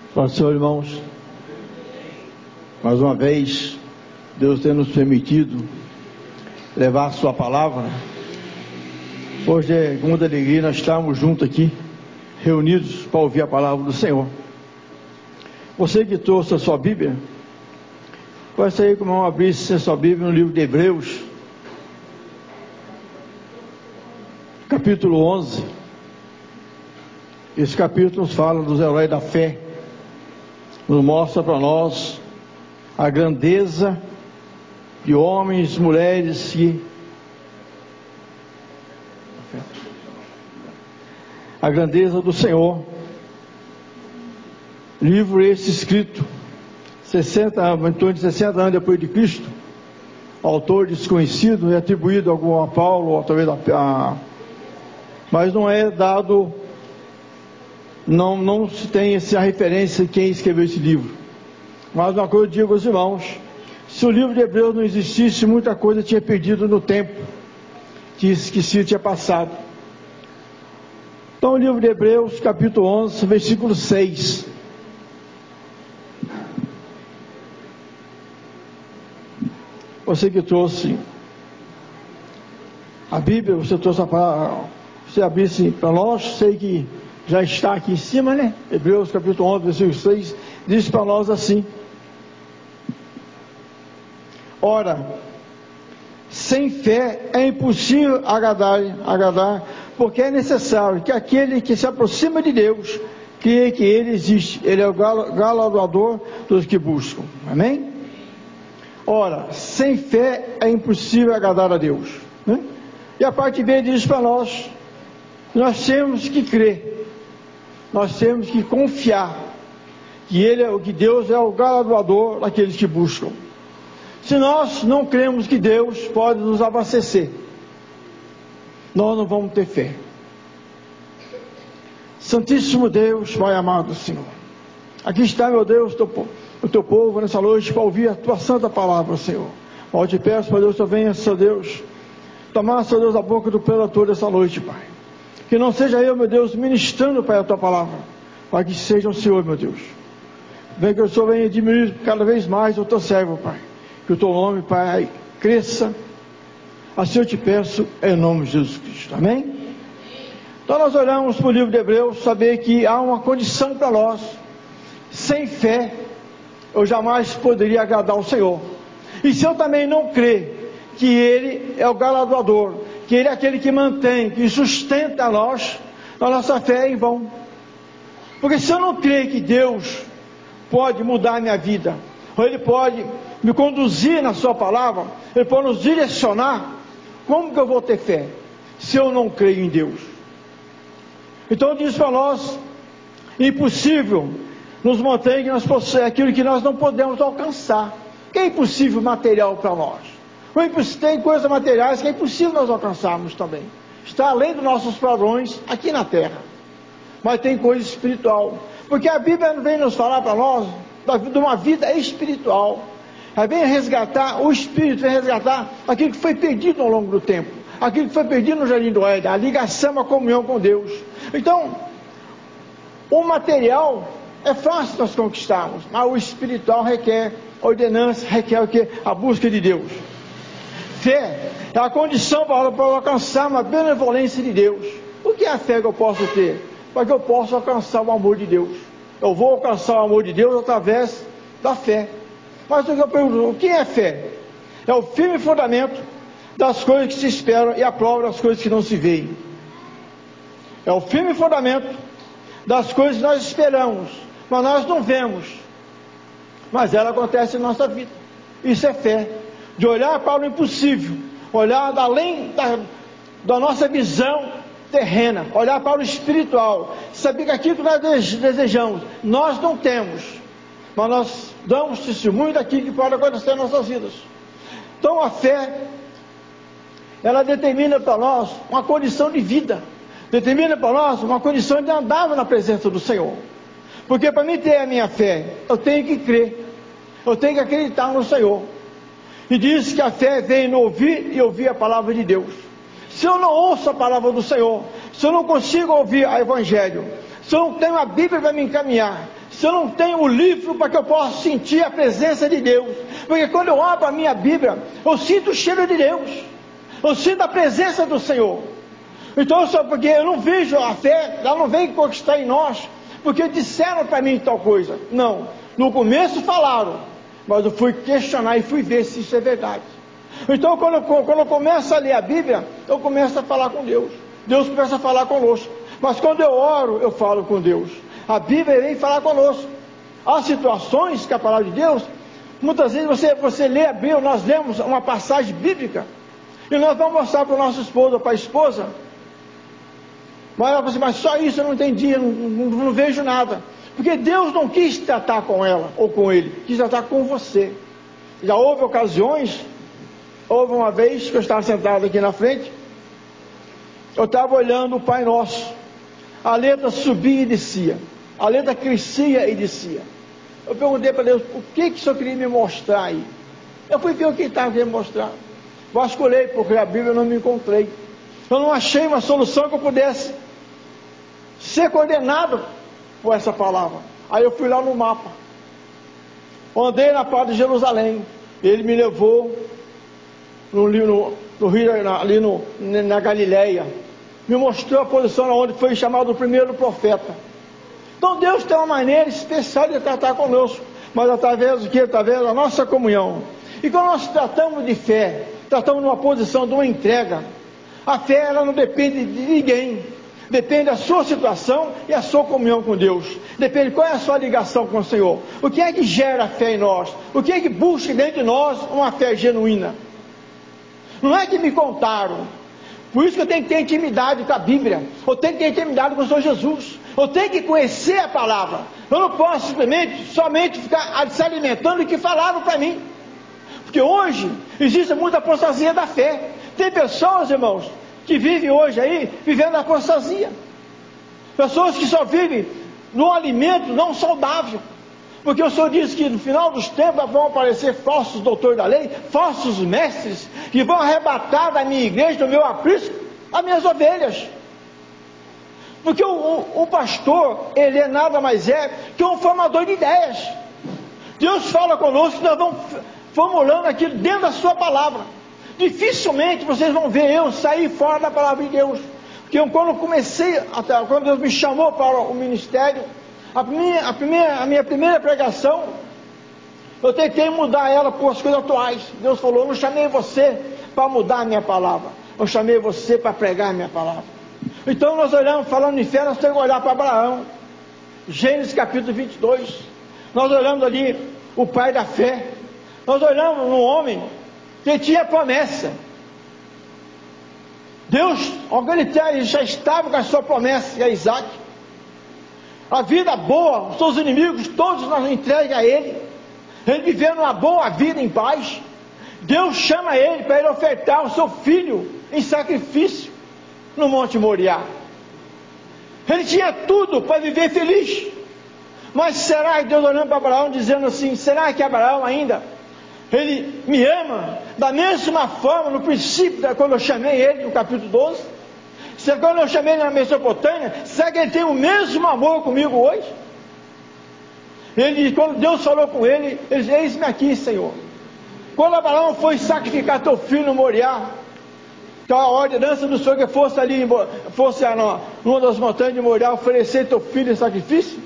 Paz do Senhor, irmãos. Mais uma vez, Deus tem nos permitido levar a sua palavra. Hoje é com muita alegria nós estamos juntos aqui, reunidos para ouvir a palavra do Senhor. Você que trouxe a sua Bíblia, vai sair como eu abrisse a sua Bíblia no livro de Hebreus, capítulo 11. Esse capítulo nos fala dos heróis da fé, nos mostra para nós a grandeza de homens e mulheres que a grandeza do Senhor. Livro esse escrito em torno de 60 anos depois de Cristo, autor desconhecido, é atribuído a Paulo, ou talvez mas não é dado, não se tem essa referência de quem escreveu esse livro. Mas uma coisa eu digo aos irmãos: se o livro de Hebreus não existisse, muita coisa tinha perdido no tempo, tinha esquecido, tinha passado. Então, o livro de Hebreus, capítulo 11, versículo 6. Você que trouxe a Bíblia, você trouxe a palavra, você abrisse para nós, sei que já está aqui em cima, né? Hebreus, capítulo 11, versículo 6, diz para nós assim: ora, sem fé é impossível agradar, porque é necessário que aquele que se aproxima de Deus creia que Ele existe. Ele é o galardoador dos que buscam. Amém? Ora, sem fé é impossível agradar a Deus, né? E a parte B diz para nós: nós temos que crer, nós temos que confiar que Deus é o galardoador daqueles que buscam. Se nós não cremos que Deus pode nos abastecer, nós não vamos ter fé. Santíssimo Deus, Pai amado Senhor, aqui está, meu Deus, o teu povo nessa noite para ouvir a tua santa palavra, Senhor. Eu te peço, Pai Deus, que venha, Senhor Deus, tomar, Senhor Deus, a boca do pregador dessa noite, Pai. Que não seja eu, meu Deus, ministrando, Pai, a tua palavra, para que seja o Senhor, meu Deus. Venha que o Senhor venha diminuir cada vez mais o teu servo, Pai. Que o teu nome, Pai, cresça. Assim eu te peço, em nome de Jesus Cristo. Amém? Então nós olhamos para o livro de Hebreus, saber que há uma condição para nós. Sem fé, eu jamais poderia agradar ao Senhor. E se eu também não crer que Ele é o galardoador, que Ele é aquele que mantém, que sustenta a nossa fé é em vão. Porque se eu não crer que Deus pode mudar a minha vida, ou Ele pode me conduzir na sua palavra, Ele pode nos direcionar, como que eu vou ter fé se eu não creio em Deus? Então diz para nós: impossível nos mantém que nós possuímos aquilo que nós não podemos alcançar. Que é impossível material para nós. Tem coisas materiais que é impossível nós alcançarmos também. Está além dos nossos padrões aqui na terra. Mas tem coisa espiritual. Porque a Bíblia vem nos falar para nós de uma vida espiritual. Ela vem resgatar o Espírito, vem resgatar aquilo que foi perdido ao longo do tempo, aquilo que foi perdido no Jardim do Éden, a ligação, a comunhão com Deus. Então, o material é fácil nós conquistarmos, mas o espiritual requer ordenança, requer o que? A busca de Deus. Fé é a condição para alcançar uma benevolência de Deus. O que é a fé que eu posso ter? Para que eu possa alcançar o amor de Deus. Eu vou alcançar o amor de Deus através da fé. Mas eu pergunto: o que é fé? É o firme fundamento das coisas que se esperam e a prova das coisas que não se veem. É o firme fundamento das coisas que nós esperamos, mas nós não vemos, mas ela acontece em nossa vida. Isso é fé, de olhar para o impossível, olhar além da nossa visão terrena, olhar para o espiritual, saber que aquilo que nós desejamos, nós não temos, mas nós damos testemunho daquilo que pode acontecer em nossas vidas. Então a fé, ela determina para nós uma condição de vida, determina para nós uma condição de andar na presença do Senhor. Porque para mim ter a minha fé, eu tenho que crer, eu tenho que acreditar no Senhor. E diz que a fé vem no ouvir e ouvir a palavra de Deus. Se eu não ouço a palavra do Senhor, se eu não consigo ouvir o Evangelho, se eu não tenho a Bíblia para me encaminhar, se eu não tenho o livro para que eu possa sentir a presença de Deus. Porque quando eu abro a minha Bíblia, eu sinto o cheiro de Deus, eu sinto a presença do Senhor. Então, só porque eu não vejo a fé, ela não vem conquistar em nós, porque disseram para mim tal coisa. Não, no começo falaram, mas eu fui questionar e fui ver se isso é verdade. Então, quando eu começo a ler a Bíblia, eu começo a falar com Deus. Deus começa a falar conosco. Mas quando eu oro, eu falo com Deus. A Bíblia vem falar conosco. Há situações que a palavra de Deus, muitas vezes você lê a Bíblia, nós lemos uma passagem bíblica, e nós vamos mostrar para o nosso esposo ou para a esposa, mas ela fala assim, mas só isso eu não entendi, não vejo nada. Porque Deus não quis tratar com ela ou com ele, quis tratar com você. Já houve ocasiões, houve uma vez que eu estava sentado aqui na frente, eu estava olhando o Pai Nosso, a letra subia e descia, a letra crescia e descia. Eu perguntei para Deus, o que o Senhor queria me mostrar aí? Eu fui ver o que ele estava querendo mostrar. Vasculhei, porque a Bíblia eu não me encontrei. Eu não achei uma solução que eu pudesse ser coordenado por essa palavra. Aí eu fui lá no mapa, andei na parte de Jerusalém, ele me levou no rio, ali na Galileia, me mostrou a posição onde foi chamado o primeiro profeta. Então Deus tem uma maneira especial de tratar conosco, mas através do que? Através da nossa comunhão. E quando nós tratamos de fé, tratamos numa posição de uma entrega, a fé ela não depende de ninguém, depende da sua situação e a sua comunhão com Deus, depende qual é a sua ligação com o Senhor, o que é que gera fé em nós, o que é que busca dentro de nós uma fé genuína. Não é que me contaram, por isso que eu tenho que ter intimidade com a Bíblia, eu tenho que ter intimidade com o Senhor Jesus, eu tenho que conhecer a palavra, eu não posso somente ficar se alimentando do que falaram para mim, porque hoje existe muita apostasia da fé. Tem pessoas, irmãos, que vivem hoje aí, vivendo a apostasia, pessoas que só vivem num alimento não saudável, porque o Senhor diz que no final dos tempos vão aparecer falsos doutores da lei, falsos mestres, que vão arrebatar da minha igreja, do meu aprisco, as minhas ovelhas. Porque o pastor, ele é nada mais que um formador de ideias. Deus fala conosco que nós vamos formulando aquilo dentro da sua palavra. Dificilmente vocês vão ver eu sair fora da palavra de Deus. Porque quando eu comecei, quando Deus me chamou para o ministério, a minha primeira pregação, eu tentei mudar ela por as coisas atuais. Deus falou, eu não chamei você para mudar a minha palavra, eu chamei você para pregar a minha palavra. Então nós olhamos, falando em fé, nós temos que olhar para Abraão, Gênesis capítulo 22, nós olhamos ali o pai da fé, nós olhamos no homem que tinha promessa. Deus, ele já estava com a sua promessa, que é Isaac. A vida boa, os seus inimigos, todos nós entregamos a ele. Ele vivendo uma boa vida em paz. Deus chama ele para ele ofertar o seu filho em sacrifício no Monte Moriá. Ele tinha tudo para viver feliz. Mas será que Deus olhando para Abraão dizendo assim, será que Abraão ainda ele me ama da mesma forma no princípio, quando eu chamei ele no capítulo 12? Quando eu chamei ele na Mesopotâmia, será que ele tem o mesmo amor comigo hoje? Quando Deus falou com ele, ele disse, eis-me aqui, Senhor. Quando Abraão foi sacrificar teu filho no Moriá, que a ordenança do Senhor que fosse ali, numa das montanhas de Moriá, oferecer teu filho em sacrifício,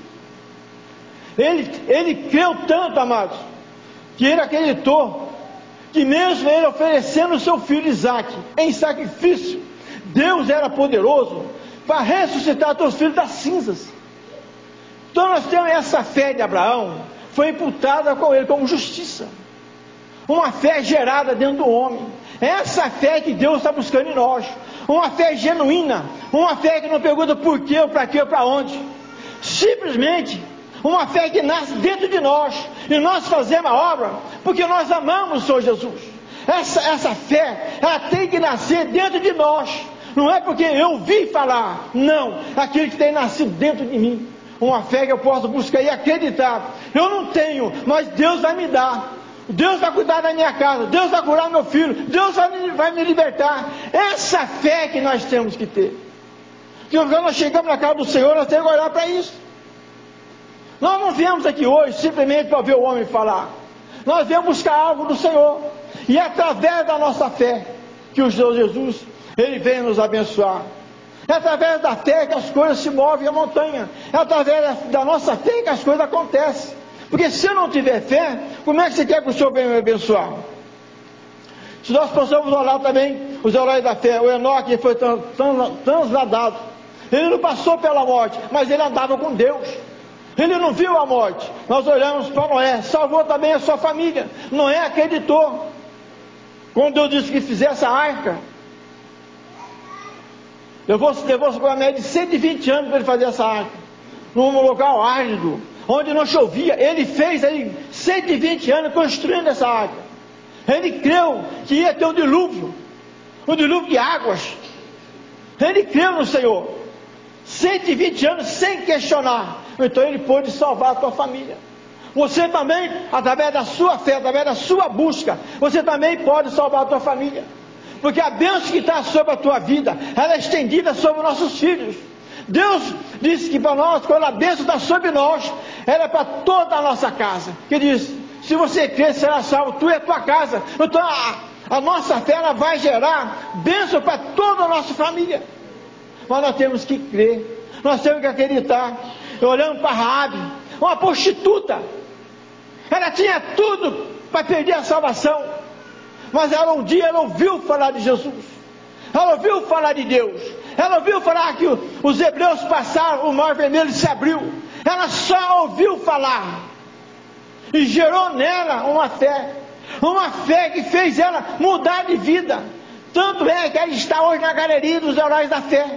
ele creu tanto, amados, que ele acreditou que mesmo ele oferecendo o seu filho Isaac em sacrifício, Deus era poderoso para ressuscitar teus filhos das cinzas. Então nós temos essa fé de Abraão, foi imputada com ele como justiça, uma fé gerada dentro do homem. Essa fé que Deus está buscando em nós, uma fé genuína, uma fé que não pergunta por quê, ou para quê, ou para onde, simplesmente uma fé que nasce dentro de nós, e nós fazemos a obra porque nós amamos o Senhor Jesus. Essa fé, ela tem que nascer dentro de nós, não é porque eu vi falar, não, aquilo que tem nascido dentro de mim, uma fé que eu posso buscar e acreditar. Eu não tenho, mas Deus vai me dar, Deus vai cuidar da minha casa, Deus vai curar meu filho, Deus vai me libertar. Essa fé que nós temos que ter, porque quando nós chegamos na casa do Senhor, nós temos que olhar para isso. Nós não viemos aqui hoje simplesmente para ver o homem falar. Nós viemos buscar algo do Senhor. E é através da nossa fé que o Senhor Jesus, Ele vem nos abençoar. É através da fé que as coisas se movem a montanha. É através da nossa fé que as coisas acontecem. Porque se eu não tiver fé, como é que você quer que o Senhor venha me abençoar? Se nós possamos olhar também os heróis da fé, o Enoque foi transladado. Ele não passou pela morte, mas ele andava com Deus. Ele não viu a morte. Nós olhamos para Noé, salvou também a sua família. Noé acreditou. Quando Deus disse que fizesse a arca, levou uma média de 120 anos para ele fazer essa arca, num local árido, onde não chovia. Ele fez aí 120 anos construindo essa arca. Ele creu que ia ter um dilúvio de águas. Ele creu no Senhor. 120 anos sem questionar. Então ele pôde salvar a tua família. Você também, através da sua fé, através da sua busca, você também pode salvar a tua família. Porque a bênção que está sobre a tua vida, ela é estendida sobre os nossos filhos. Deus disse que para nós, quando a bênção está sobre nós, ela é para toda a nossa casa. Que diz, se você crer, será salvo, tu e a tua casa. Então a nossa fé, ela vai gerar bênção para toda a nossa família. Mas nós temos que crer, nós temos que acreditar. Olhando para Raabe, uma prostituta, ela tinha tudo para perder a salvação, mas ela ouviu falar de Jesus, ela ouviu falar de Deus, ela ouviu falar que os hebreus passaram, o mar vermelho se abriu, ela só ouviu falar, e gerou nela uma fé que fez ela mudar de vida. Tanto é que ela está hoje na galeria dos heróis da fé.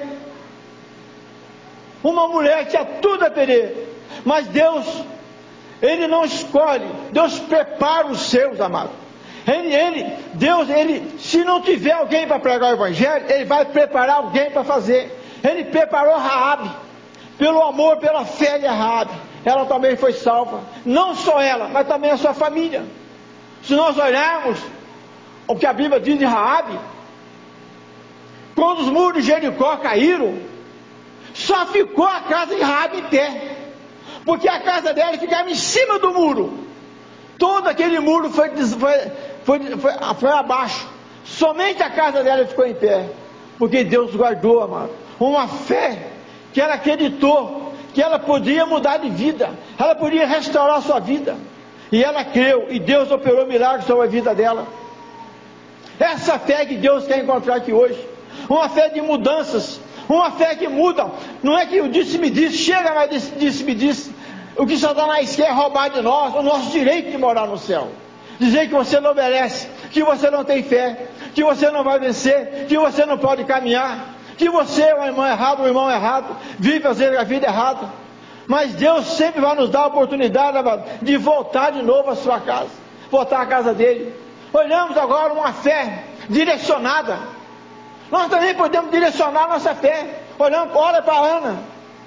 Uma mulher que tinha tudo a perder, mas Deus, Ele não escolhe, Deus prepara os seus, amados. Deus, se não tiver alguém para pregar o Evangelho, Ele vai preparar alguém para fazer. Ele preparou Raabe, pelo amor, pela fé de Raabe, ela também foi salva. Não só ela, mas também a sua família. Se nós olharmos o que a Bíblia diz de Raabe, quando os muros de Jericó caíram, só ficou a casa de Raabe em pé, porque a casa dela ficava em cima do muro. Todo aquele muro foi abaixo. Somente a casa dela ficou em pé, porque Deus guardou, amado, uma fé que ela acreditou que ela podia mudar de vida, ela podia restaurar a sua vida, e ela creu, e Deus operou milagres sobre a vida dela. Essa fé que Deus quer encontrar aqui hoje, uma fé de mudanças, uma fé que muda. Não é que o disse-me disse, chega mais disse-me disse. O que Satanás quer é roubar de nós o nosso direito de morar no céu. Dizer que você não merece, que você não tem fé, que você não vai vencer, que você não pode caminhar, que você é um irmão errado, um irmão errado, vive fazendo a vida errada. Mas Deus sempre vai nos dar a oportunidade, amado, de voltar de novo à sua casa, voltar à casa dele. Olhamos agora uma fé direcionada. Nós também podemos direcionar a nossa fé. Olha para Ana.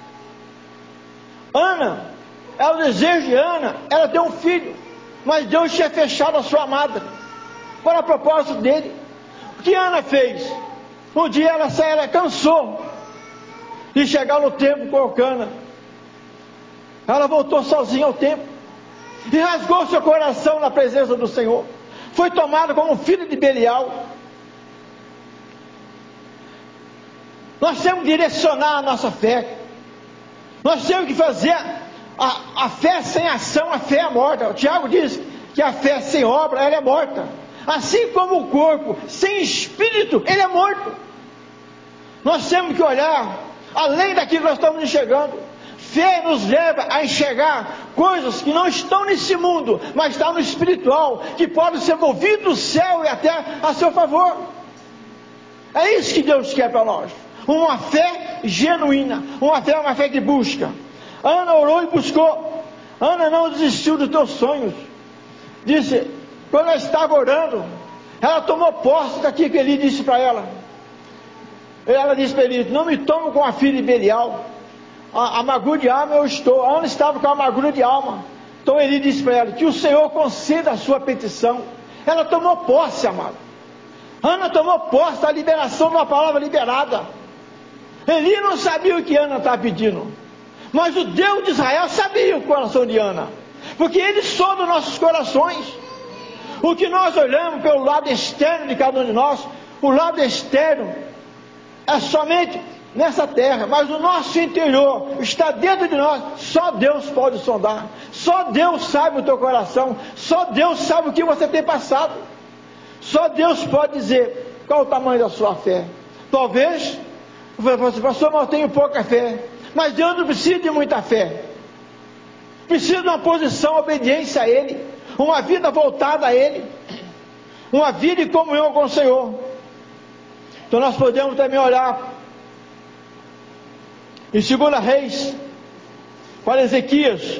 Ana, é o desejo de Ana, ela tem um filho, mas Deus tinha fechado a sua amada, para o propósito dele. O que Ana fez? Um dia ela cansou de chegar no templo com Elcana. Ela voltou sozinha ao templo e rasgou seu coração na presença do Senhor. Foi tomada como filho de Belial. Nós temos que direcionar a nossa fé. Nós temos que fazer a fé sem ação, a fé é morta. O Tiago diz que a fé sem obra, ela é morta. Assim como o corpo sem espírito, ele é morto. Nós temos que olhar além daquilo que nós estamos enxergando. Fé nos leva a enxergar coisas que não estão nesse mundo, mas estão no espiritual, que podem ser movidos do céu e até a seu favor. É isso que Deus quer para nós. Uma fé genuína, uma fé que busca. Ana orou e buscou. Ana não desistiu dos teus sonhos. Disse, quando ela estava orando, ela tomou posse daquilo que Eli disse para ela. Ela disse para Eli, não me tomo com a filha de Belial. A amargura de alma eu estou. A Ana estava com a amargura de alma. Então Eli disse para ela, que o Senhor conceda a sua petição. Ela tomou posse, amado. Ana tomou posse da liberação de uma palavra liberada. Eli não sabia o que Ana estava pedindo, Mas o Deus de Israel sabia o coração de Ana, porque Ele sonda os nossos corações. O que nós olhamos pelo lado externo de cada um de nós, o lado externo é somente nessa terra, mas o nosso interior está dentro de nós. Só Deus pode sondar, só Deus sabe o teu coração, só Deus sabe o que você tem passado, só Deus pode dizer qual o tamanho da sua fé. Talvez você, pastor, mas eu tenho pouca fé. Mas Deus não precisa de muita fé, precisa de uma posição, obediência a Ele, uma vida voltada a Ele, uma vida em comunhão com o Senhor. Então nós podemos também olhar em 2 Reis para Ezequias.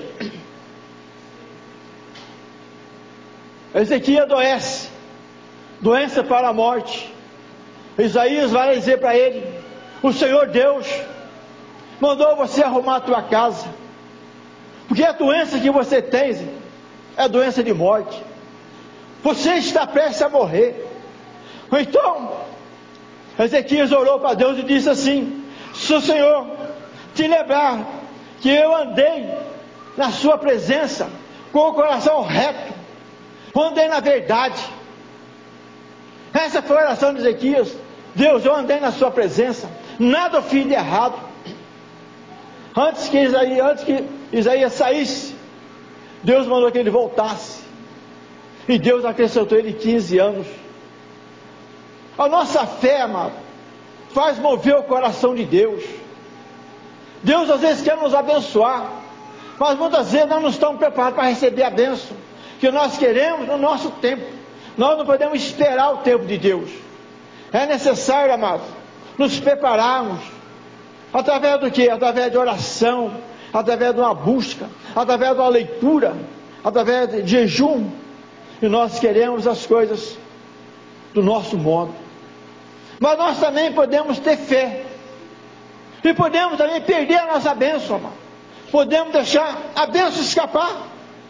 Ezequias adoece, doença para a morte. Isaías vai dizer para ele: o Senhor Deus mandou você arrumar a tua casa, porque a doença que você tem é doença de morte, você está prestes a morrer. Então Ezequias orou para Deus e disse assim: se o Senhor te lembrar que eu andei na sua presença com o coração reto, andei na verdade. Essa foi a oração de Ezequias: Deus, eu andei na sua presença, nada eu fiz de errado. Antes que Isaías saísse, Deus mandou que ele voltasse, e Deus acrescentou ele 15 anos. A nossa fé, amado, faz mover o coração de Deus. Deus às vezes quer nos abençoar, mas muitas vezes nós não estamos preparados para receber a bênção que nós queremos no nosso tempo. Nós não podemos esperar o tempo de Deus. É necessário, amados, nos prepararmos. Através do que? Através de oração, através de uma busca, através de uma leitura, através de jejum. E nós queremos as coisas do nosso modo. Mas nós também podemos ter fé, e podemos também perder a nossa bênção, amado. Podemos deixar a bênção escapar.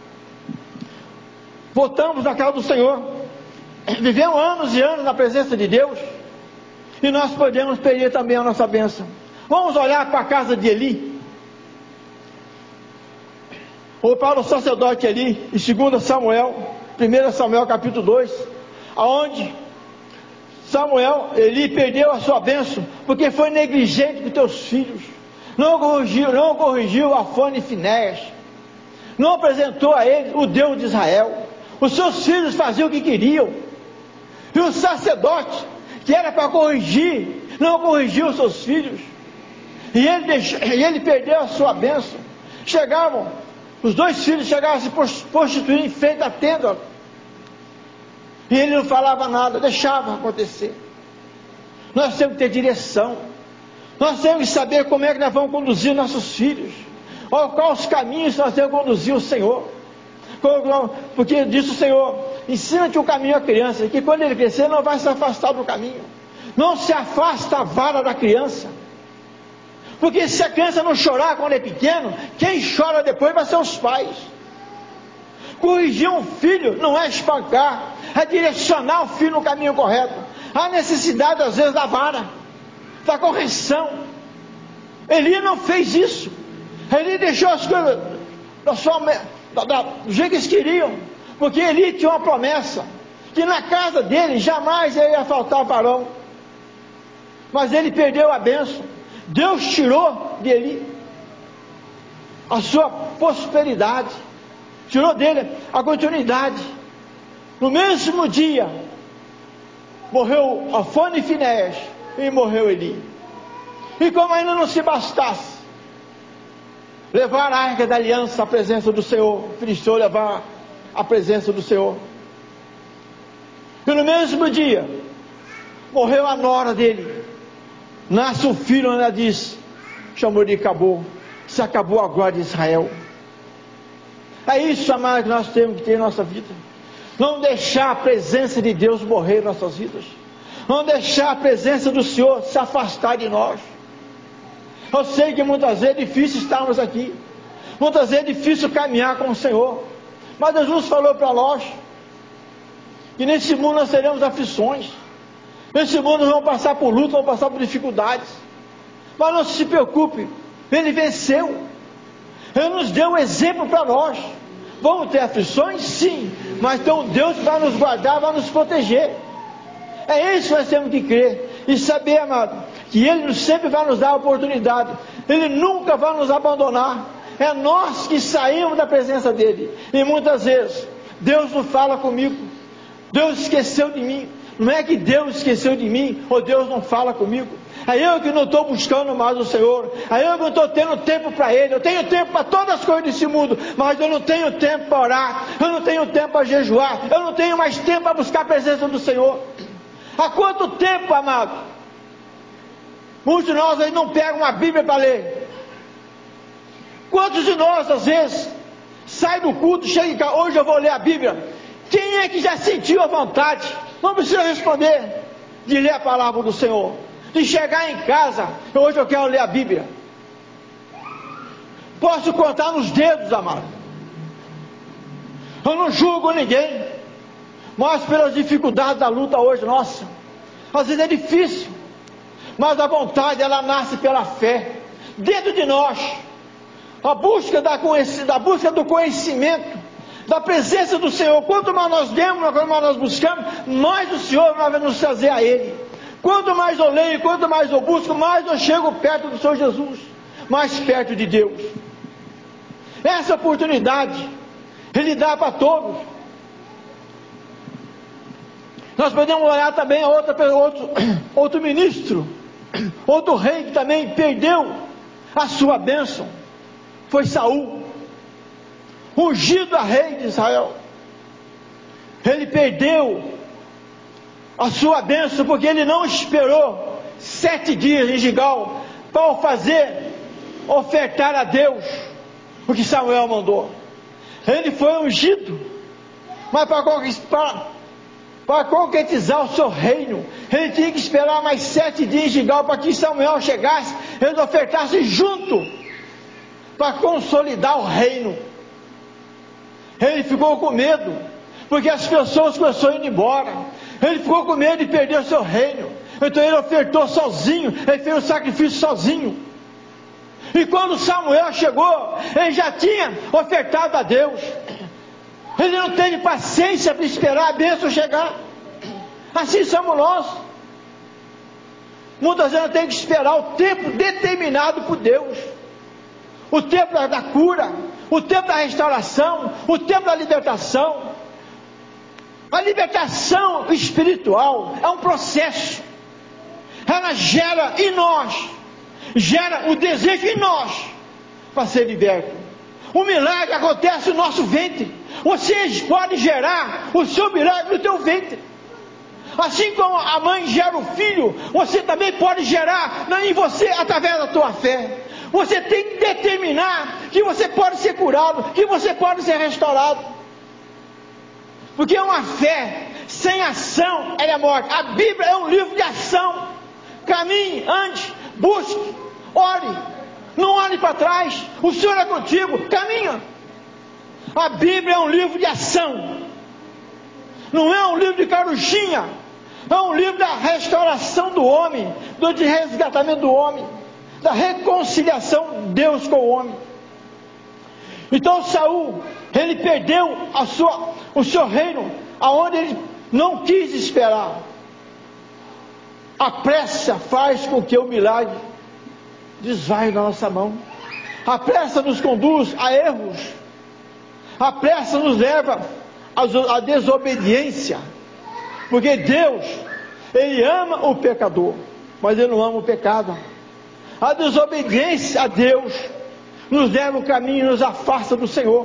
Voltamos na casa do Senhor, vivemos anos e anos na presença de Deus, e nós podemos perder também a nossa bênção. Vamos olhar para a casa de Eli, ou para o sacerdote Eli, em 2 Samuel, 1 Samuel capítulo 2, aonde Eli perdeu a sua bênção, porque foi negligente com teus filhos, não corrigiu Afone e Finéias, não apresentou a ele o Deus de Israel. Os seus filhos faziam o que queriam, e o sacerdote, que era para corrigir, não corrigiu os seus filhos, e ele perdeu a sua bênção. Os dois filhos chegavam a se prostituir em frente à tenda, e ele não falava nada, deixava acontecer. Nós temos que ter direção, nós temos que saber como é que nós vamos conduzir nossos filhos, ou quais os caminhos nós temos que conduzir o Senhor. Porque disse o Senhor: ensina-te o caminho à criança, que quando ele crescer não vai se afastar do caminho. Não se afasta a vara da criança, porque se a criança não chorar quando é pequeno, quem chora depois vai ser os pais. Corrigir um filho não é espancar, é direcionar o filho no caminho correto. Há necessidade às vezes da vara, da correção. Eli não fez isso. Ele deixou as coisas do jeito que eles queriam, porque Eli tinha uma promessa, que na casa dele jamais ia faltar varão. Mas ele perdeu a bênção. Deus tirou de Eli a sua prosperidade, tirou dele a continuidade. No mesmo dia morreu Afone e Finéias, e morreu Eli. E como ainda não se bastasse levar a arca da aliança à presença do Senhor, Filisteu levar à presença do Senhor, e no mesmo dia morreu a nora dele. Nasce um filho, ela diz, chamou de acabou, se acabou a glória de Israel. É isso, amado, que nós temos que ter em nossa vida. Não deixar a presença de Deus morrer em nossas vidas, não deixar a presença do Senhor se afastar de nós. Eu sei que muitas vezes é difícil estarmos aqui, muitas vezes é difícil caminhar com o Senhor, mas Jesus falou para nós que nesse mundo nós teremos aflições, nesse mundo nós vamos passar por luta, vamos passar por dificuldades, mas não se preocupe, Ele venceu. Ele nos deu um exemplo para nós. Vamos ter aflições? Sim, mas tem um Deus que vai nos guardar, vai nos proteger. É isso que nós temos que crer e saber, amado, que Ele sempre vai nos dar a oportunidade. Ele nunca vai nos abandonar. É nós que saímos da presença dEle. E muitas vezes, Deus não fala comigo. Deus esqueceu de mim. Não é que Deus esqueceu de mim, ou Deus não fala comigo. É eu que não estou buscando mais o Senhor. É eu que não estou tendo tempo para Ele. Eu tenho tempo para todas as coisas desse mundo, mas eu não tenho tempo para orar. Eu não tenho tempo para jejuar. Eu não tenho mais tempo para buscar a presença do Senhor. Há quanto tempo, amado? Muitos de nós aí não pegam uma Bíblia para ler. Quantos de nós, às vezes, sai do culto, chega em casa, hoje eu vou ler a Bíblia. Quem é que já sentiu a vontade? Não precisa responder, de ler a palavra do Senhor, de chegar em casa, hoje eu quero ler a Bíblia. Posso contar nos dedos, amado. Eu não julgo ninguém, mas pelas dificuldades da luta hoje, nossa, às vezes é difícil, mas a vontade, ela nasce pela fé, dentro de nós. A busca do conhecimento, da presença do Senhor. Quanto mais nós demos, quanto mais nós buscamos, mais o Senhor vai nos trazer a Ele. Quanto mais eu leio, quanto mais eu busco, mais eu chego perto do Senhor Jesus, mais perto de Deus. Essa oportunidade Ele dá para todos. Nós podemos olhar também a outro ministro, outro rei que também perdeu a sua bênção. Foi Saul, ungido a rei de Israel. Ele perdeu a sua bênção porque ele não esperou 7 dias em Gilgal para ofertar a Deus o que Samuel mandou. Ele foi ungido, mas para concretizar o seu reino, ele tinha que esperar mais 7 dias em Gilgal para que Samuel chegasse, eles ofertassem junto, para consolidar o reino. Ele ficou com medo, porque as pessoas começaram a ir embora. Ele ficou com medo de perder o seu reino. Então ele ofertou sozinho, ele fez o sacrifício sozinho. E quando Samuel chegou, ele já tinha ofertado a Deus. Ele não teve paciência para esperar a bênção chegar. Assim somos nós. Muitas vezes tem que esperar o tempo determinado por Deus. O tempo da cura, o tempo da restauração, o tempo da libertação. A libertação espiritual é um processo. Ela gera em nós, gera o desejo em nós para ser liberto. O milagre acontece no nosso ventre. Você pode gerar o seu milagre no teu ventre. Assim como a mãe gera o filho, você também pode gerar em você através da tua fé. Você tem que determinar que você pode ser curado, que você pode ser restaurado. Porque uma fé sem ação, ela é morte. A Bíblia é um livro de ação. Caminhe, ande, busque, ore. Não olhe para trás. O Senhor é contigo, caminha. A Bíblia é um livro de ação. Não é um livro de carochinha. É um livro da restauração do homem, do resgatamento do homem, da reconciliação de Deus com o homem. Então Saul, ele perdeu o seu reino, aonde ele não quis esperar. A pressa faz com que o milagre desvaie da nossa mão. A pressa nos conduz a erros. A pressa nos leva à desobediência. Porque Deus, Ele ama o pecador, mas Ele não ama o pecado. A desobediência a Deus nos leva o caminho e nos afasta do Senhor.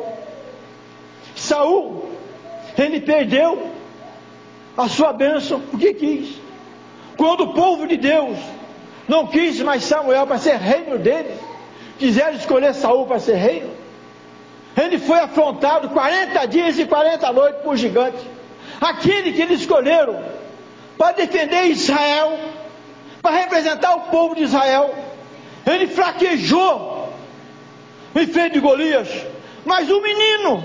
Saul, ele perdeu a sua bênção porque quis. Quando o povo de Deus não quis mais Samuel para ser reino dele, quiseram escolher Saul para ser reino, ele foi afrontado 40 dias e 40 noites por gigante. Aquele que eles escolheram para defender Israel, para representar o povo de Israel, ele fraquejou em frente de Golias. Mas o menino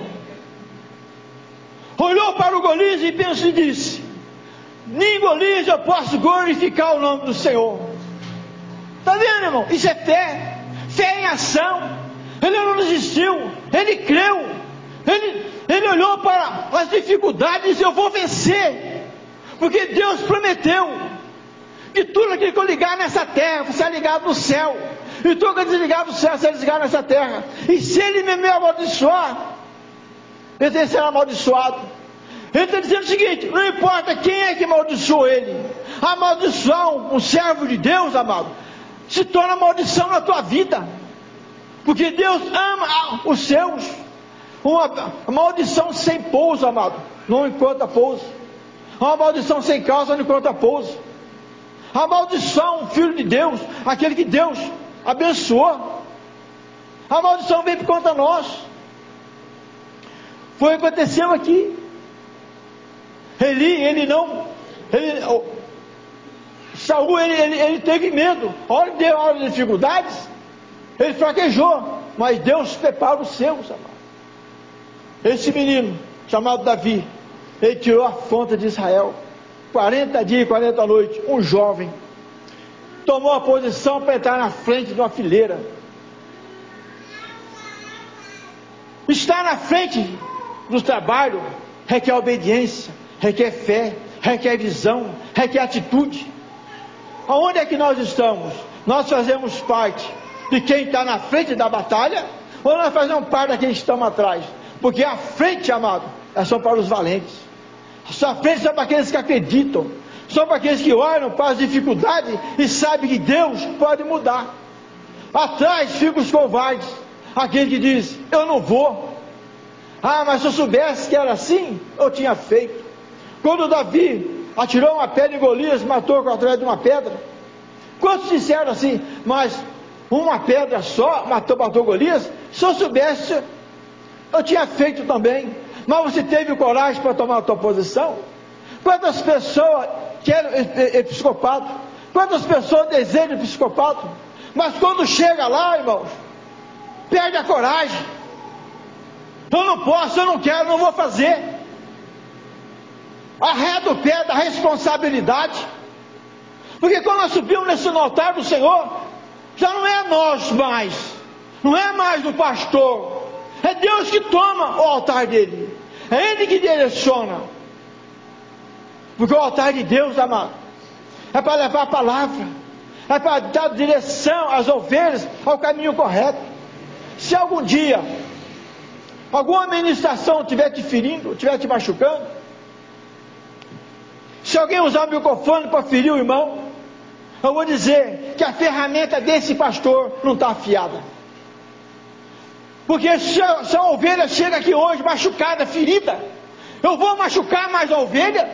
olhou para o Golias e pensou e disse: nem Golias eu posso glorificar o nome do Senhor. Está vendo, irmão? Isso é fé. Fé em ação. Ele não desistiu, ele creu, ele olhou para as dificuldades e disse: eu vou vencer, porque Deus prometeu que tudo aquilo que eu ligar nessa terra será ligado no céu, e tudo que eu desligar do céu será desligado nessa terra. E se ele me amaldiçoar, ele será amaldiçoado. Ele está dizendo o seguinte: não importa quem é que amaldiçoou ele, amaldiçoar um servo de Deus, amado, se torna maldição na tua vida, porque Deus ama os seus. Uma maldição sem pouso, amado, não encontra pouso. Uma maldição sem causa não encontra pouso. A maldição, filho de Deus, aquele que Deus abençoou, a maldição vem por conta de nós. Foi o que aconteceu aqui. Saul, ele teve medo. A hora que deu a hora de dificuldades, ele fraquejou, mas Deus prepara os seus, amado. Esse menino, chamado Davi, ele tirou a fonte de Israel, 40 dias e 40 noites, um jovem, tomou a posição para entrar na frente de uma fileira. Estar na frente do trabalho requer obediência, requer fé, requer visão, requer atitude. Aonde é que nós estamos? Nós fazemos parte de quem está na frente da batalha, ou nós fazemos parte daqueles que estão atrás? Porque a frente, amado, é só para os valentes. A frente é só para aqueles que acreditam, só para aqueles que olham para as dificuldades e sabem que Deus pode mudar. Atrás ficam os covardes, aquele que diz: eu não vou. Ah, mas se eu soubesse que era assim, eu tinha feito. Quando Davi atirou uma pedra em Golias, matou através de uma pedra, quantos disseram assim: mas uma pedra só matou Golias? Se eu soubesse, eu tinha feito também. Mas você teve coragem para tomar a tua posição? Quantas pessoas querem episcopado? Quantas pessoas desejam episcopado? Mas quando chega lá, irmãos, perde a coragem. Eu não posso, eu não quero, não vou fazer. Arreda o pé da responsabilidade. Porque quando nós subimos nesse altar do Senhor, já não é nós mais, não é mais do pastor, é Deus que toma o altar dele, é Ele que direciona. Porque o altar de Deus, amado, é para levar a palavra, é para dar direção às ovelhas ao caminho correto. Se algum dia alguma ministração estiver te ferindo, estiver te machucando, se alguém usar o microfone para ferir o irmão, eu vou dizer que a ferramenta desse pastor não está afiada. Porque se a ovelha chega aqui hoje machucada, ferida, eu vou machucar mais a ovelha?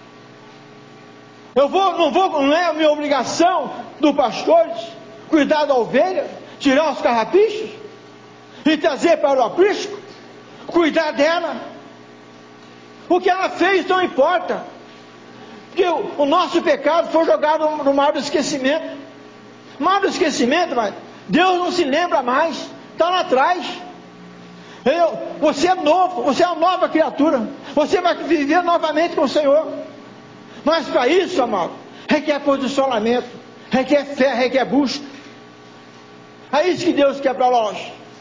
Não é a minha obrigação do pastor cuidar da ovelha, tirar os carrapichos e trazer para o aprisco, cuidar dela? O que ela fez não importa, porque o nosso pecado foi jogado no mar do esquecimento. Mar do esquecimento, mas Deus não se lembra mais, está lá atrás. Você é novo, você é uma nova criatura, você vai viver novamente com o Senhor. Mas para isso, amado, requer posicionamento, requer fé, requer busca. É isso que Deus quer para nós.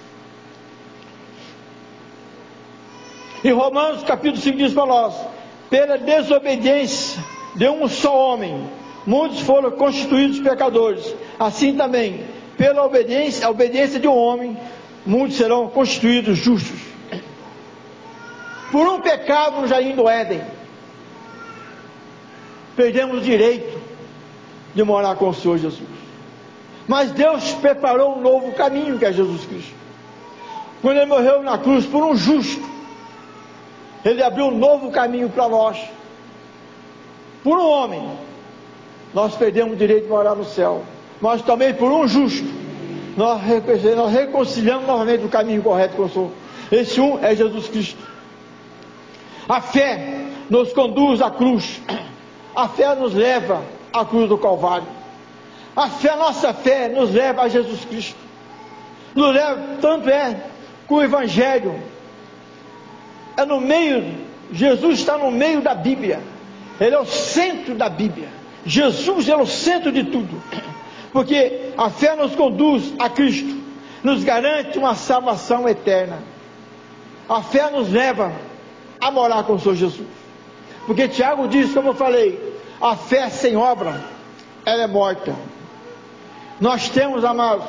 Em Romanos capítulo 5 diz para nós: pela desobediência de um só homem, muitos foram constituídos pecadores. Assim também, pela obediência, a obediência de um homem, muitos serão constituídos justos. Por um pecado no jardim do Éden, perdemos o direito de morar com o Senhor Jesus. Mas Deus preparou um novo caminho, que é Jesus Cristo. Quando Ele morreu na cruz por um justo, Ele abriu um novo caminho para nós. Por um homem, nós perdemos o direito de morar no céu. Mas também por um justo, nós reconciliamos novamente o caminho correto com o Senhor. Esse um é Jesus Cristo. A fé nos conduz à cruz. A fé nos leva à cruz do Calvário. A nossa fé nos leva a Jesus Cristo. Nos leva, tanto é que o Evangelho é no meio, Jesus está no meio da Bíblia. Ele é o centro da Bíblia. Jesus é o centro de tudo. Porque a fé nos conduz a Cristo. nos garante uma salvação eterna. A fé nos leva a morar com o Senhor Jesus. Porque Tiago diz, como eu falei, a fé sem obra, ela é morta. Nós temos, amados,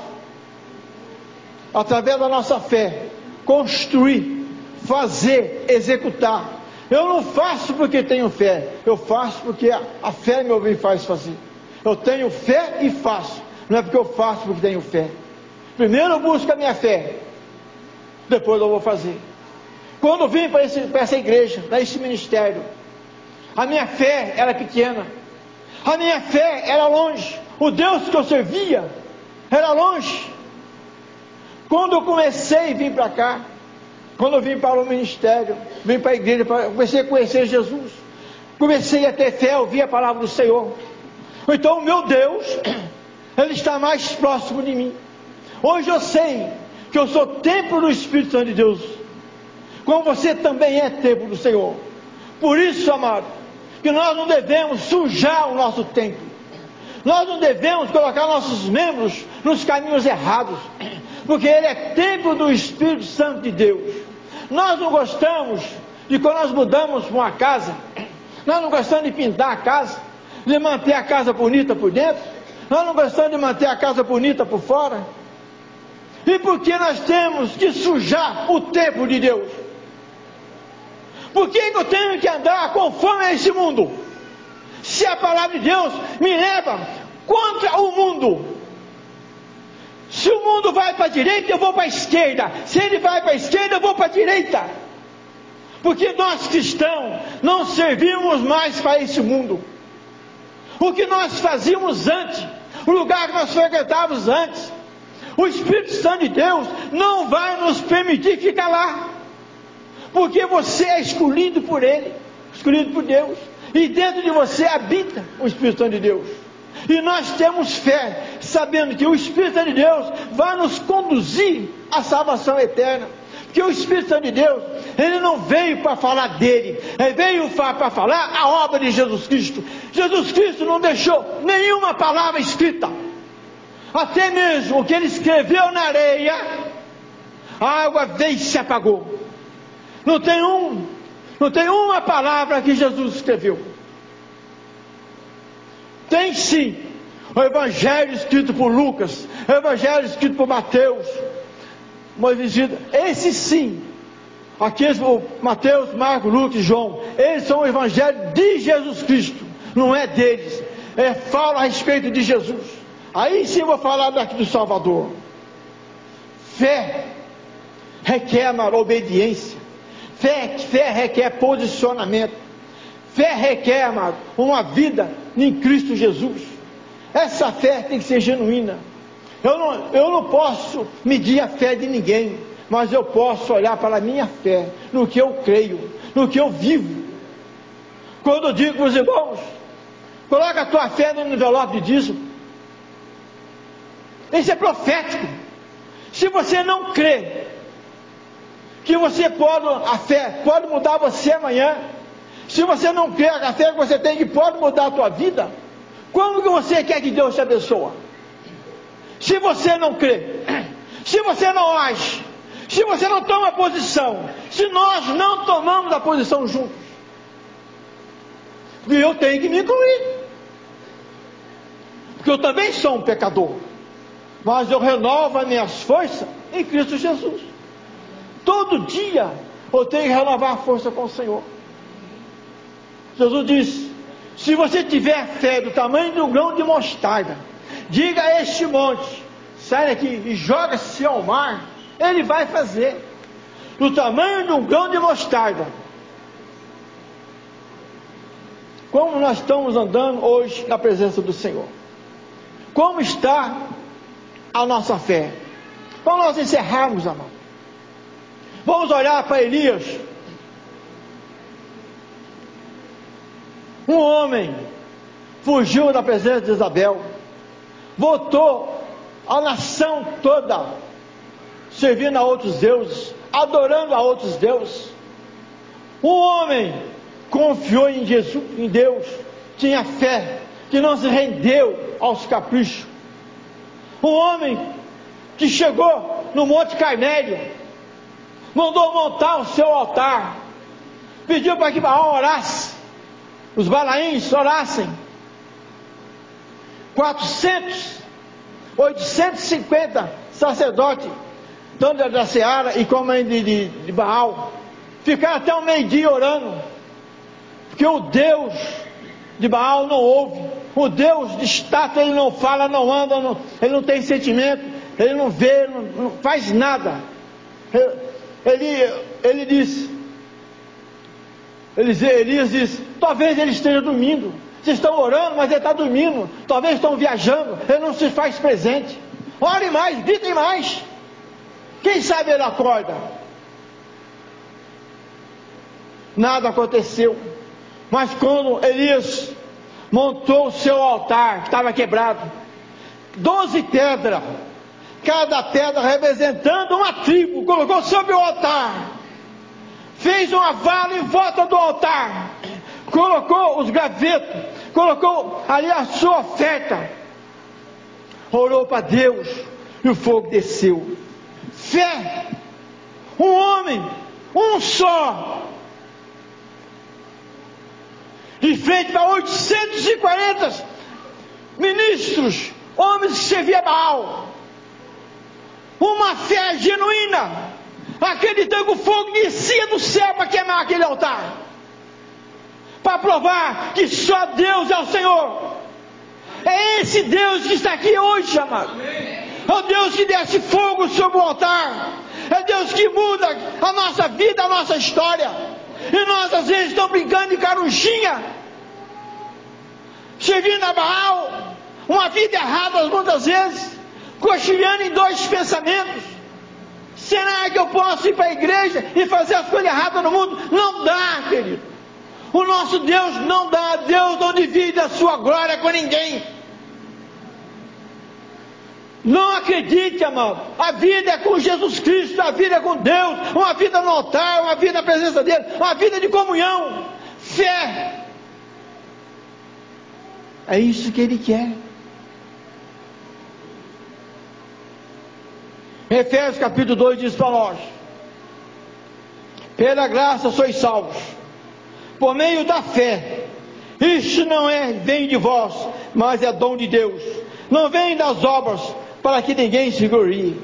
através da nossa fé, construir, fazer, executar. Eu não faço porque tenho fé, eu faço porque a fé me faz fazer. Eu tenho fé e faço, não é porque eu faço porque tenho fé. Primeiro eu busco a minha fé, depois eu vou fazer. Quando eu vim para essa igreja, para esse ministério, a minha fé era pequena, a minha fé era longe, o Deus que eu servia era longe. Quando eu comecei a vir para cá, quando eu vim para o ministério, vim para a igreja, comecei a conhecer Jesus, comecei a ter fé, ouvir a palavra do Senhor. Então o meu Deus, Ele está mais próximo de mim. Hoje eu sei que eu sou templo do Espírito Santo de Deus, como você também é templo do Senhor. Por isso, amado, que nós não devemos sujar o nosso templo, nós não devemos colocar nossos membros nos caminhos errados, porque ele é templo do Espírito Santo de Deus. Nós não gostamos de, quando nós mudamos para uma casa, nós não gostamos de pintar a casa, de manter a casa bonita por dentro, nós não gostamos de manter a casa bonita por fora. E por que nós temos que sujar o templo de Deus? Por que eu tenho que andar conforme a esse mundo? Se a palavra de Deus me leva contra o mundo. Se o mundo vai para a direita, eu vou para a esquerda. Se ele vai para a esquerda, eu vou para a direita. Porque nós cristãos não servimos mais para esse mundo. O que nós fazíamos antes, o lugar que nós frequentávamos antes, o Espírito Santo de Deus não vai nos permitir ficar lá. Porque você é escolhido por Ele, escolhido por Deus. E dentro de você habita o Espírito Santo de Deus. E nós temos fé, sabendo que o Espírito Santo de Deus vai nos conduzir à salvação eterna. Porque o Espírito Santo de Deus, ele não veio para falar dele, ele veio para falar a obra de Jesus Cristo. Jesus Cristo não deixou nenhuma palavra escrita. Até mesmo o que ele escreveu na areia, a água veio e se apagou. Não tem uma palavra que Jesus escreveu. Tem sim o Evangelho escrito por Lucas, o Evangelho escrito por Mateus, esse sim, aqueles, Mateus, Marcos, Lucas e João, eles são o Evangelho de Jesus Cristo, não é deles. Fala a respeito de Jesus. Aí sim eu vou falar daqui do Salvador. Fé requer uma obediência, fé requer posicionamento, fé requer, amado, uma vida em Cristo Jesus. Essa fé tem que ser genuína. Eu não posso medir a fé de ninguém, mas eu posso olhar para a minha fé, no que eu creio, no que eu vivo. Quando eu digo para os irmãos, coloca a tua fé no envelope de dízimo, isso é profético. Se você não crê que você pode, a fé pode mudar você amanhã, se você não crê, a fé que você tem que pode mudar a tua vida, como que você quer que Deus te abençoe? Se você não crê, se você não age, se você não toma posição, se nós não tomamos a posição juntos, e eu tenho que me incluir, porque eu também sou um pecador, mas eu renovo as minhas forças em Cristo Jesus. Todo dia eu tenho que renovar a força com o Senhor. Jesus disse: se você tiver fé do tamanho de um grão de mostarda, diga a este monte, sai daqui e joga-se ao mar, ele vai fazer. Do tamanho de um grão de mostarda. Como nós estamos andando hoje na presença do Senhor? Como está a nossa fé? Para nós encerrarmos, amado, vamos olhar para Elias. Um homem fugiu da presença de Isabel, voltou a nação toda servindo a outros deuses, adorando a outros deuses. Um homem confiou em Jesus, em Deus, tinha fé, que não se rendeu aos caprichos. Um homem que chegou no Monte Carmelo, mandou montar o seu altar, pediu para que Baal orasse, os balaíns orassem. 850 sacerdotes, tanto da Seara e como de Baal, ficaram até o meio-dia orando, porque o Deus de Baal não ouve, o Deus de estátua, ele não fala, não anda, ele não tem sentimento, ele não vê, não faz nada. Ele disse, Elias disse, talvez ele esteja dormindo. Vocês estão orando, mas ele está dormindo. Talvez estão viajando, ele não se faz presente. Orem mais, gritem mais. Quem sabe ele acorda. Nada aconteceu. Mas quando Elias montou o seu altar, que estava quebrado, 12 pedras, cada pedra representando uma tribo, colocou sobre o altar, fez uma vala em volta do altar, colocou os gavetos, colocou ali a sua oferta, orou para Deus e o fogo desceu. Fé, um homem, um só, de frente para 840 ministros, homens que serviam a Baal, uma fé genuína, acreditando que o fogo descia do céu para queimar aquele altar, para provar que só Deus é o Senhor. É esse Deus que está aqui hoje, amado. É o Deus que desce fogo sobre o altar. É Deus que muda a nossa vida, a nossa história. E nós às vezes estamos brincando de carochinha, servindo a Baal, uma vida errada muitas vezes, cochilhando em dois pensamentos. Será que eu posso ir para a igreja e fazer as coisas erradas no mundo? Não dá, querido. O nosso Deus não dá. Deus não divide a sua glória com ninguém. Não acredite, amado. A vida é com Jesus Cristo, a vida é com Deus, uma vida no altar, uma vida na presença dele, uma vida de comunhão, fé. É isso que ele quer. Efésios capítulo 2 diz para nós: pela graça sois salvos, por meio da fé. Isto não vem de vós, mas é dom de Deus. Não vem das obras, para que ninguém se glorie.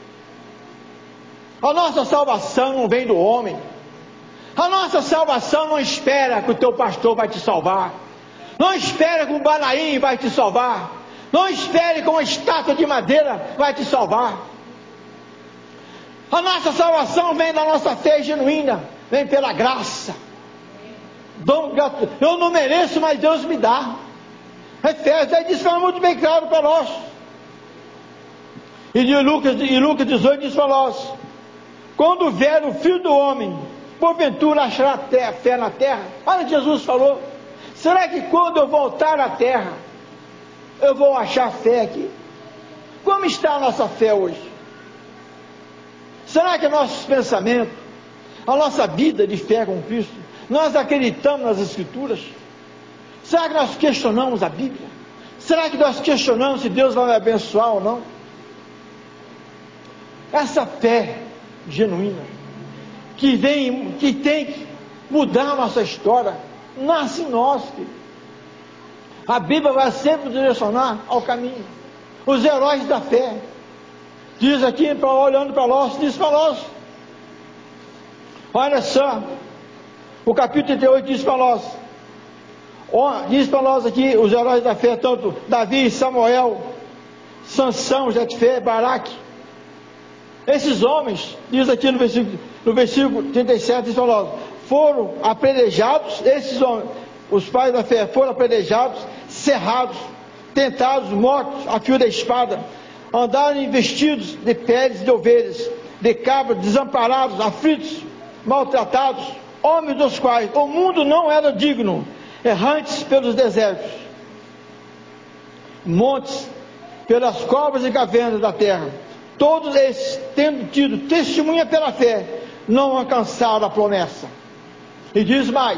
A nossa salvação não vem do homem. A nossa salvação não espera que o teu pastor vai te salvar. Não espera que um balaim vai te salvar. Não espere que uma estátua de madeira vai te salvar. A nossa salvação vem da nossa fé genuína, vem pela graça. Eu não mereço, mas Deus me dá. Efésios aí diz muito bem claro para nós. E Lucas 18 diz para nós: quando vier o Filho do Homem, porventura achará fé na terra? Olha, Jesus falou: será que quando eu voltar à terra, eu vou achar fé aqui? Como está a nossa fé hoje? Será que nossos pensamentos, a nossa vida de fé com Cristo, nós acreditamos nas Escrituras? Será que nós questionamos a Bíblia? Será que nós questionamos se Deus vai me abençoar ou não? Essa fé genuína, que tem que mudar a nossa história, nasce em nós, querido. A Bíblia vai sempre nos direcionar ao caminho. Os heróis da fé, diz aqui, olhando para nós, diz para nós, olha só, o capítulo 38 diz para nós aqui, os heróis da fé, tanto Davi, Samuel, Sansão, Jefté, Baraque. Esses homens, diz aqui no versículo 37, diz para nós, foram apedrejados, esses homens, os pais da fé, foram apedrejados, cerrados, tentados, mortos a fio da espada, andaram vestidos de peles de ovelhas, de cabras, desamparados, aflitos, maltratados, homens dos quais o mundo não era digno, errantes pelos desertos, montes, pelas covas e cavernas da terra. Todos esses, tendo tido testemunha pela fé, não alcançaram a promessa. E diz mais,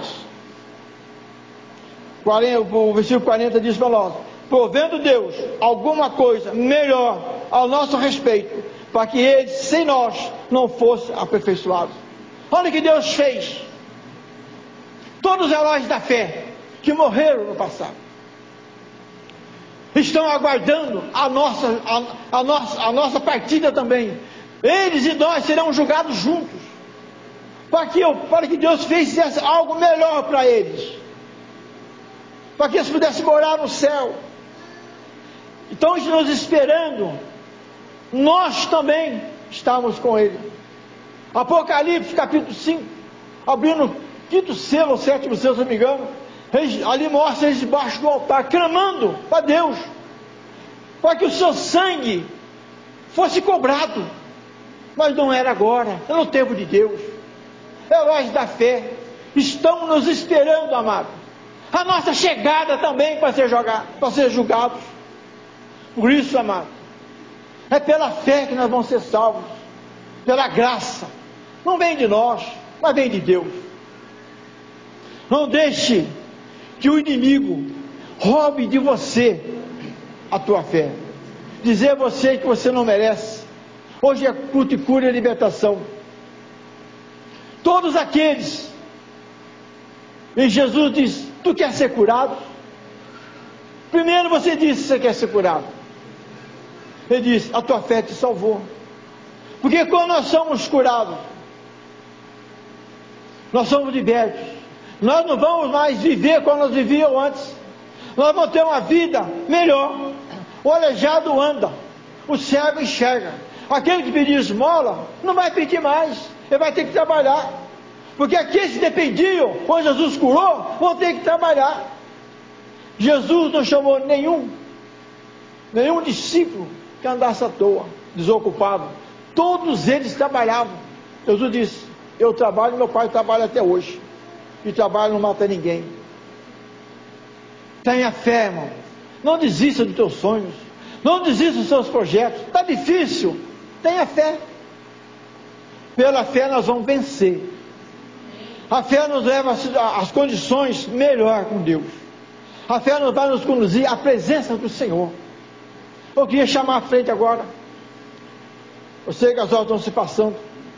o versículo 40 diz para nós: provendo Deus alguma coisa melhor ao nosso respeito, para que eles, sem nós, não fossem aperfeiçoados. Olha o que Deus fez. Todos os heróis da fé que morreram no passado estão aguardando a nossa partida também. Eles e nós serão julgados juntos, para que Deus fizesse algo melhor para eles, para que eles pudessem morar no céu. Então, nos esperando, nós também estamos com Ele. Apocalipse capítulo 5, abrindo o quinto selo, o sétimo selo, se não me engano, ali mostra eles debaixo do altar, clamando para Deus, para que o seu sangue fosse cobrado. Mas não era agora, é no tempo de Deus. Heróis da fé estão nos esperando, amado. A nossa chegada também para ser julgados. Por isso, amado, é pela fé que nós vamos ser salvos, pela graça. Não vem de nós, mas vem de Deus. Não deixe que o inimigo roube de você a tua fé, dizer a você que você não merece. Hoje é culto e cura e libertação. Todos aqueles, e Jesus diz: tu quer ser curado? Primeiro você disse que você quer ser curado. Ele diz: a tua fé te salvou. Porque quando nós somos curados, nós somos libertos. Nós não vamos mais viver como nós vivíamos antes. Nós vamos ter uma vida melhor. O aleijado anda, o cego enxerga. Aquele que pedir esmola não vai pedir mais, ele vai ter que trabalhar. Porque aqueles que dependiam, quando Jesus curou, vão ter que trabalhar. Jesus não chamou nenhum discípulo que andasse à toa, desocupado. Todos eles trabalhavam. Jesus disse: eu trabalho, meu pai trabalha até hoje, e trabalho não mata ninguém. Tenha fé, irmão. Não desista dos teus sonhos, não desista dos seus projetos. Está difícil, tenha fé. Pela fé nós vamos vencer. A fé nos leva às condições melhor com Deus. A fé nos vai nos conduzir à presença do Senhor. Eu queria chamar à frente agora. Eu sei que as horas estão se passando.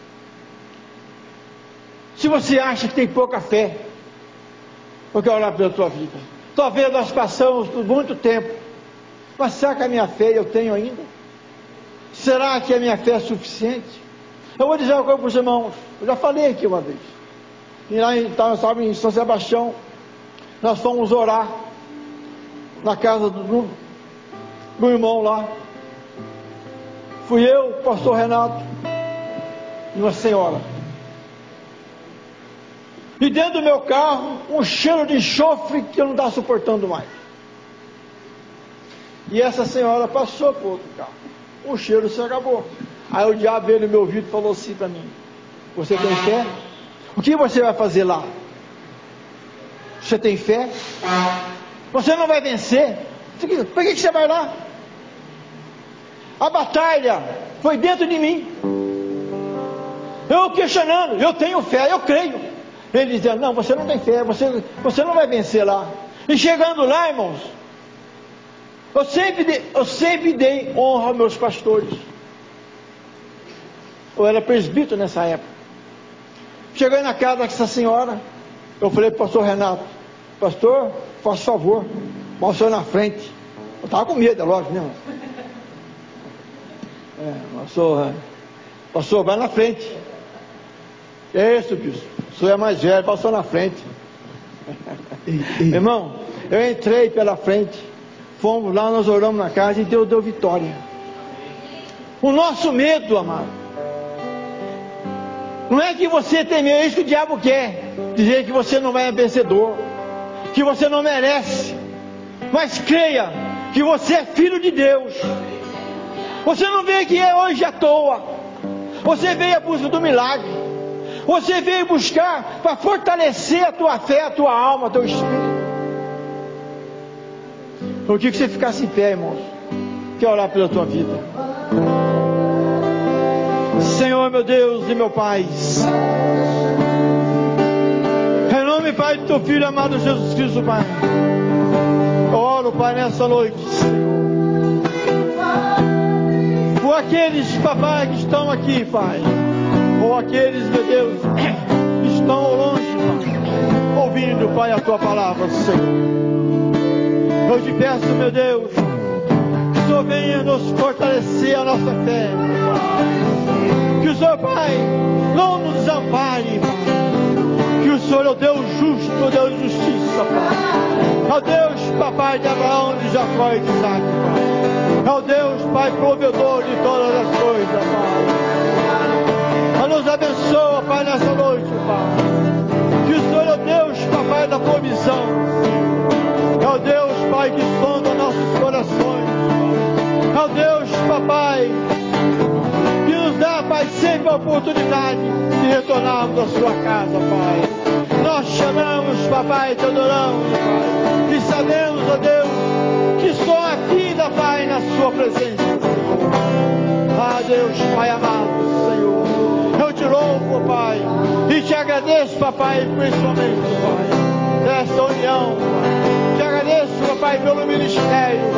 Se você acha que tem pouca fé, eu quero orar pela tua vida. Talvez nós passamos por muito tempo, mas será que a minha fé eu tenho ainda? Será que a minha fé é suficiente? Eu vou dizer uma coisa para os irmãos. Eu já falei aqui uma vez. E lá em São Sebastião, nós fomos orar na casa do irmão lá. Fui eu, o pastor Renato e uma senhora. E dentro do meu carro, um cheiro de enxofre que eu não estava suportando mais. E essa senhora passou por outro carro. O cheiro se acabou. Aí o diabo veio no meu ouvido e falou assim para mim: você tem fé? O que você vai fazer lá? Você tem fé? Você não vai vencer? Por que você vai lá? A batalha foi dentro de mim. Eu questionando: eu tenho fé, eu creio. Ele dizendo: não, você não tem fé, você não vai vencer lá. E chegando lá, irmãos, eu sempre dei honra aos meus pastores. Eu era presbítero nessa época. Cheguei na casa dessa senhora, eu falei para o pastor Renato: pastor, faça favor, passou na frente. Eu estava com medo, é lógico, né? Pastor, vai na frente. É isso, bispo. O senhor é mais velho, passou na frente. Irmão, eu entrei pela frente, fomos lá, nós oramos na casa e Deus deu vitória. O nosso medo, amado, não é que você tem medo, é isso que o diabo quer, dizer que você não vai vencedor, que você não merece. Mas creia que você é filho de Deus. Você não veio aqui hoje à toa. Você veio à busca do milagre. Você veio buscar para fortalecer a tua fé, a tua alma, o teu espírito. Eu queria que você ficasse em pé, irmãos. Quero orar pela tua vida. Senhor, meu Deus e meu Pai, em nome, Pai, do teu Filho amado Jesus Cristo, Pai, eu oro, Pai, nessa noite, por aqueles, papai, que estão aqui, Pai, ou aqueles, meu Deus, que estão ao longe, Pai, ouvindo, Pai, a Tua palavra, Senhor. Eu te peço, meu Deus, que o Senhor venha nos fortalecer a nossa fé, Pai. Que o Senhor, Pai, não nos desampare, Pai. Que o Senhor é o Deus justo, o Deus de justiça, Pai. É o Deus, papai, de Abraão, de Jacó e de Isaac, Pai. É o Deus, Pai, provedor de todas as coisas, Pai. Nos abençoa, Pai, nessa noite, Pai. Que o Senhor é o Deus, papai, da provisão. É o Deus, Pai, que sonda nossos corações, Pai. É o Deus, papai, que nos dá, Pai, sempre a oportunidade de retornarmos à sua casa, Pai. Nós chamamos, papai, te adoramos, Pai. E sabemos, ó Deus, que só a vida, Pai, na sua presença, Senhor. Ah, Deus, Pai amado, Senhor. Eu te louvo, Pai, e te agradeço, papai, principalmente, Pai, dessa união, Pai. Te agradeço, papai, pelo ministério,